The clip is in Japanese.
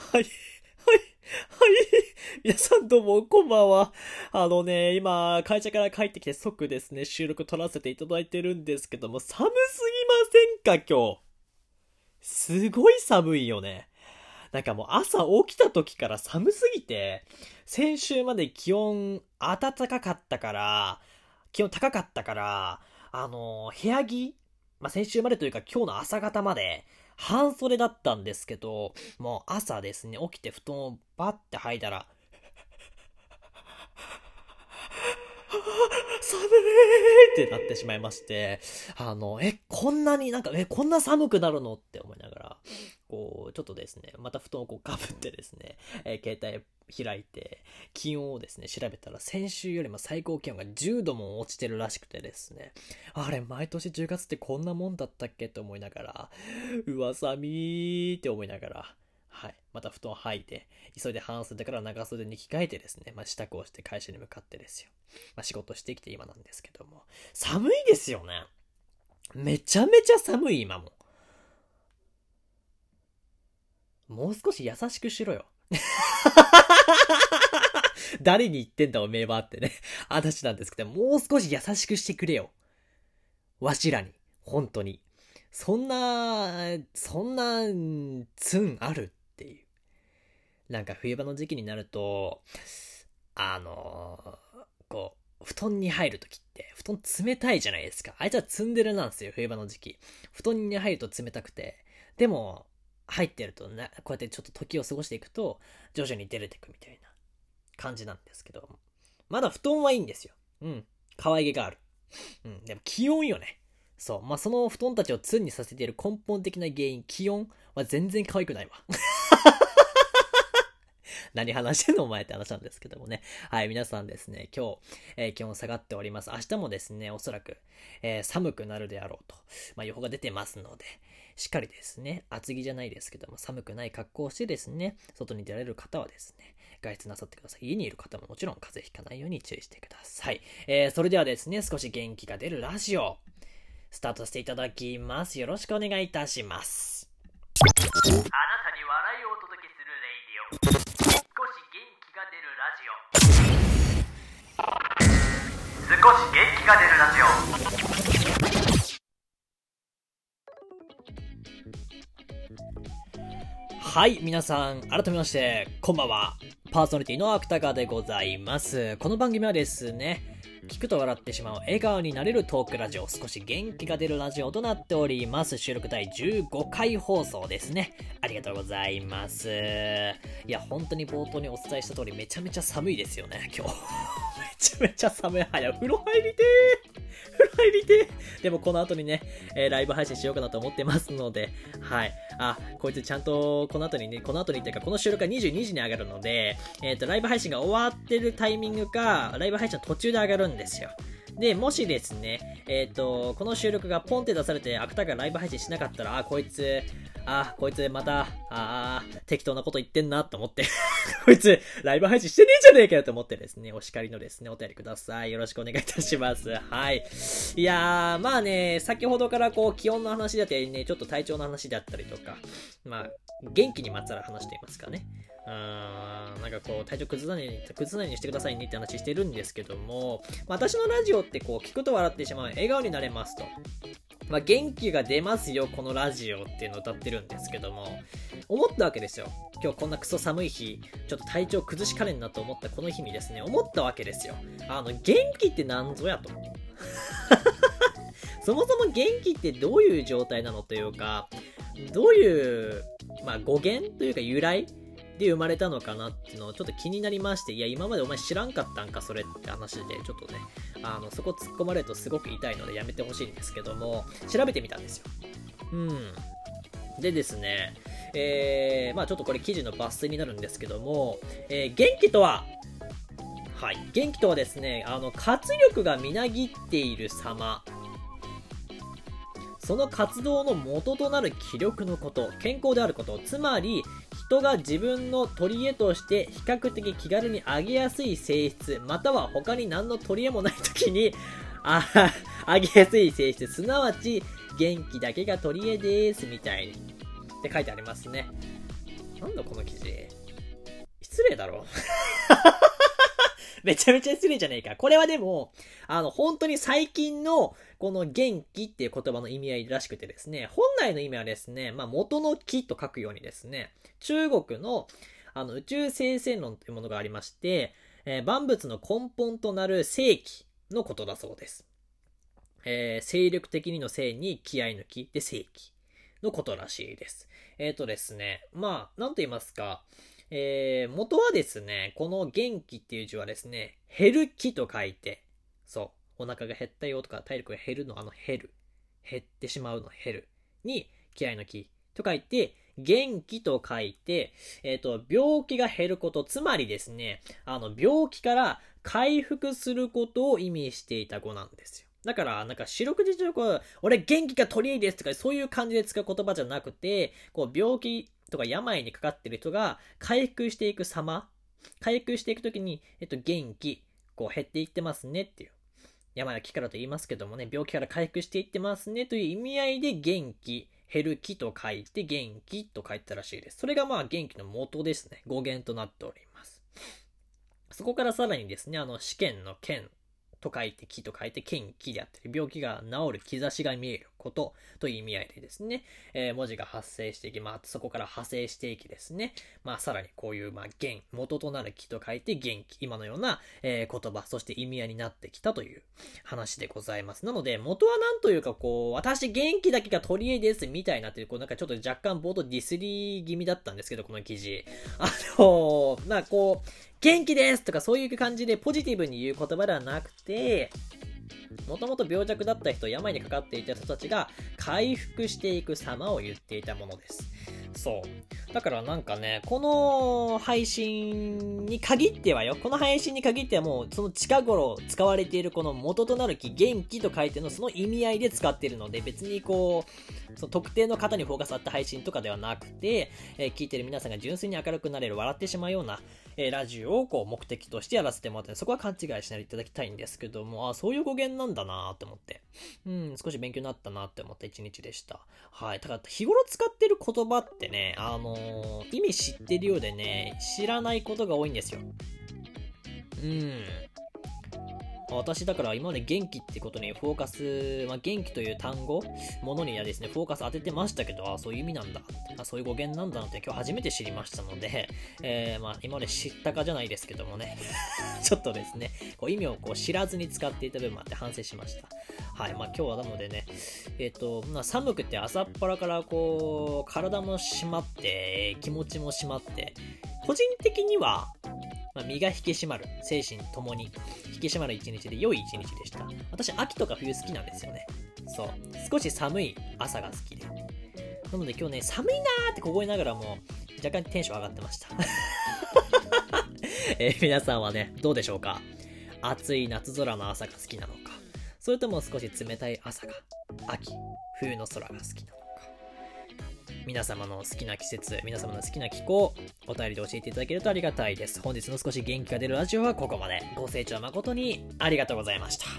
はい。はい。はい。皆さんどうも、こんばんは。今、会社から帰ってきて即ですね、収録撮らせていただいてるんですけども、寒すぎませんか、今日。すごい寒いよね。なんかもう朝起きた時から寒すぎて、先週まで気温暖かかったから、気温高かったから、部屋着先週までというか今日の朝方まで、半袖だったんですけど、もう朝ですね、起きて布団をバッて履いたら、寒いってなってしまいまして、こんなにこんな寒くなるのって思いながら、ちょっとですね、また布団をかぶってですね、携帯開いて、気温をですね、調べたら先週よりも最高気温が10度も落ちてるらしくてですね、あれ、毎年10月ってこんなもんだったっけと思いながら、うわ、寒いって思いながら、はい。また布団履いて、急いで半袖から長袖に着替えてですね、支度をして会社に向かってですよ。仕事してきて今なんですけども。寒いですよね。めちゃめちゃ寒い今も。もう少し優しくしろよ。誰に言ってんだおめえはってね。話なんですけど、もう少し優しくしてくれよ。わしらに。本当に。そんな、ツンあるっていう。なんか冬場の時期になると、布団に入るときって、布団冷たいじゃないですか。あいつはツンデレなんですよ、冬場の時期。布団に入ると冷たくて。でも、入ってるとね、こうやってちょっと時を過ごしていくと、徐々に出れていくみたいな感じなんですけど。まだ布団はいいんですよ。うん。可愛げがある。うん。でも気温よね。そう。その布団たちをツンにさせている根本的な原因、気温は全然可愛くないわ。何話してんのお前って話なんですけどもね。はい、皆さんですね、今日、気温下がっております。明日もですね、おそらく、寒くなるであろうと、予報が出てますので、しっかりですね、厚着じゃないですけども、寒くない格好をしてですね、外に出られる方はですね、外出なさってください。家にいる方ももちろん風邪ひかないように注意してください。それではですね、少し元気が出るラジオ、スタートしていただきます。よろしくお願いいたします。あなたに笑いをお届けするレイディオ。少し元気が出るラジオ。少し元気が出るラジオ。はい、皆さん、改めまして、こんばんは。パーソナリティの芥川でございます。この番組はですね、聞くと笑ってしまう笑顔になれるトークラジオ、少し元気が出るラジオとなっております。収録第15回放送ですね。ありがとうございます。いや、本当に冒頭にお伝えした通りめちゃめちゃ寒いですよね、今日。めちゃめちゃ寒い。早く風呂入りてー。風呂入りてー。でもこの後にね、ライブ配信しようかなと思ってますので、はい。こいつちゃんとこの後にっていうか、この収録が22時に上がるので、ライブ配信が終わってるタイミングか、ライブ配信の途中で上がるんですよ。で、もしですね、この収録がポンって出されて、芥がライブ配信しなかったら、こいつまた、適当なこと言ってんなと思って、こいつ、ライブ配信してねえじゃねえかよと思ってですね、お叱りのですね、お便りください。よろしくお願いいたします。はい。いやー、先ほどから気温の話だったりね、ちょっと体調の話だったりとか、元気にまつわる話と言いますかね。体調崩さないようにしてくださいねって話してるんですけども、私のラジオって聞くと笑ってしまう、笑顔になれますと。元気が出ますよ、このラジオっていうのを歌ってるんですけども、思ったわけですよ。今日こんなクソ寒い日、ちょっと体調崩しかねんなと思ったこの日にですね、思ったわけですよ。元気ってなんぞやと。そもそも元気ってどういう状態なのというか、どういう、語源というか由来で生まれたのかなっていうのをちょっと気になりまして、いや、今までお前知らんかったんか、それって話で、ちょっとね、そこ突っ込まれるとすごく痛いのでやめてほしいんですけども、調べてみたんですよ。でですね、ちょっとこれ記事の抜粋になるんですけども、元気とはですね、活力がみなぎっている様、その活動の元となる気力のこと、健康であること、つまり人が自分の取り柄として比較的気軽に上げやすい性質、または他に何の取り柄もない時に上げやすい性質、すなわち元気だけが取り柄ですみたいにって書いてありますね。 なんだこの記事。失礼だろ。めちゃめちゃ失礼じゃねえか。これはでも、本当に最近の、この元気っていう言葉の意味合いらしくてですね、本来の意味はですね、元の木と書くようにですね、中国の、宇宙生成論というものがありまして、万物の根本となる生気のことだそうです。精力的にの生に気合の気で生気のことらしいです。ですね、なんと言いますか、元はですね、この元気っていう字はですね、減る気と書いて、そう、お腹が減ったよとか体力が減るの減る。減ってしまうの減る。に、気合の気と書いて、元気と書いて、病気が減ること、つまりですね、病気から回復することを意味していた語なんですよ。だから、四六時中俺元気が取り柄ですとか、そういう感じで使う言葉じゃなくて、病気とか病にかかってる人が回復していく様、回復していくときに、元気、減っていってますねっていう。病の気からと言いますけどもね、病気から回復していってますねという意味合いで元気、減る気と書いて元気と書いたらしいです。それが元気の元ですね。語源となっております。そこからさらにですね、試験の剣と書いて気と書いて元気であったり、病気が治る兆しが見えることという意味合いでですね、文字が発生していき、そこから派生していきですね、さらにこういう元となる気と書いて元気、今のような、言葉、そして意味合いになってきたという話でございます。なので、元はなんというか私元気だけが取り柄ですみたいなっていう、ちょっと若干冒頭ディスり気味だったんですけど、この記事。元気ですとかそういう感じでポジティブに言う言葉ではなくて、もともと病弱だった人、病にかかっていた人たちが回復していく様を言っていたものです。そう。だからこの配信に限ってはもうその近頃使われているこの元となる気、元気と書いてのその意味合いで使っているので、別にその特定の方にフォーカスあった配信とかではなくて、聞いてる皆さんが純粋に明るくなれる、笑ってしまうような、ラジオを目的としてやらせてもらって、そこは勘違いしないでいただきたいんですけども、そういう語源なんだなって思って、少し勉強になったなって思った一日でした。はい。だから日頃使ってる言葉ってね、意味知ってるようでね、知らないことが多いんですよ。私だから今まで元気ってことにフォーカス、元気という単語、ものにはですね、フォーカス当ててましたけど、そういう意味なんだ。そういう語源なんだなって今日初めて知りましたので、今まで知ったかじゃないですけどもね、ちょっとですね、意味を知らずに使っていた部分もあって反省しました。はい。今日はなのでね、寒くて朝っぱらから体も締まって、気持ちも締まって、個人的には、身が引き締まる、精神ともに引き締まる一日で良い一日でした。私、秋とか冬好きなんですよね。そう。少し寒い朝が好きで。なので今日ね、寒いなーって凍えながらも、若干テンション上がってました。皆さんはね、どうでしょうか？暑い夏空の朝が好きなのか、それとも少し冷たい朝が、秋、冬の空が好きなのか。皆様の好きな季節、皆様の好きな気候、お便りで教えていただけるとありがたいです。本日の少し元気が出るラジオはここまで。ご清聴誠にありがとうございました。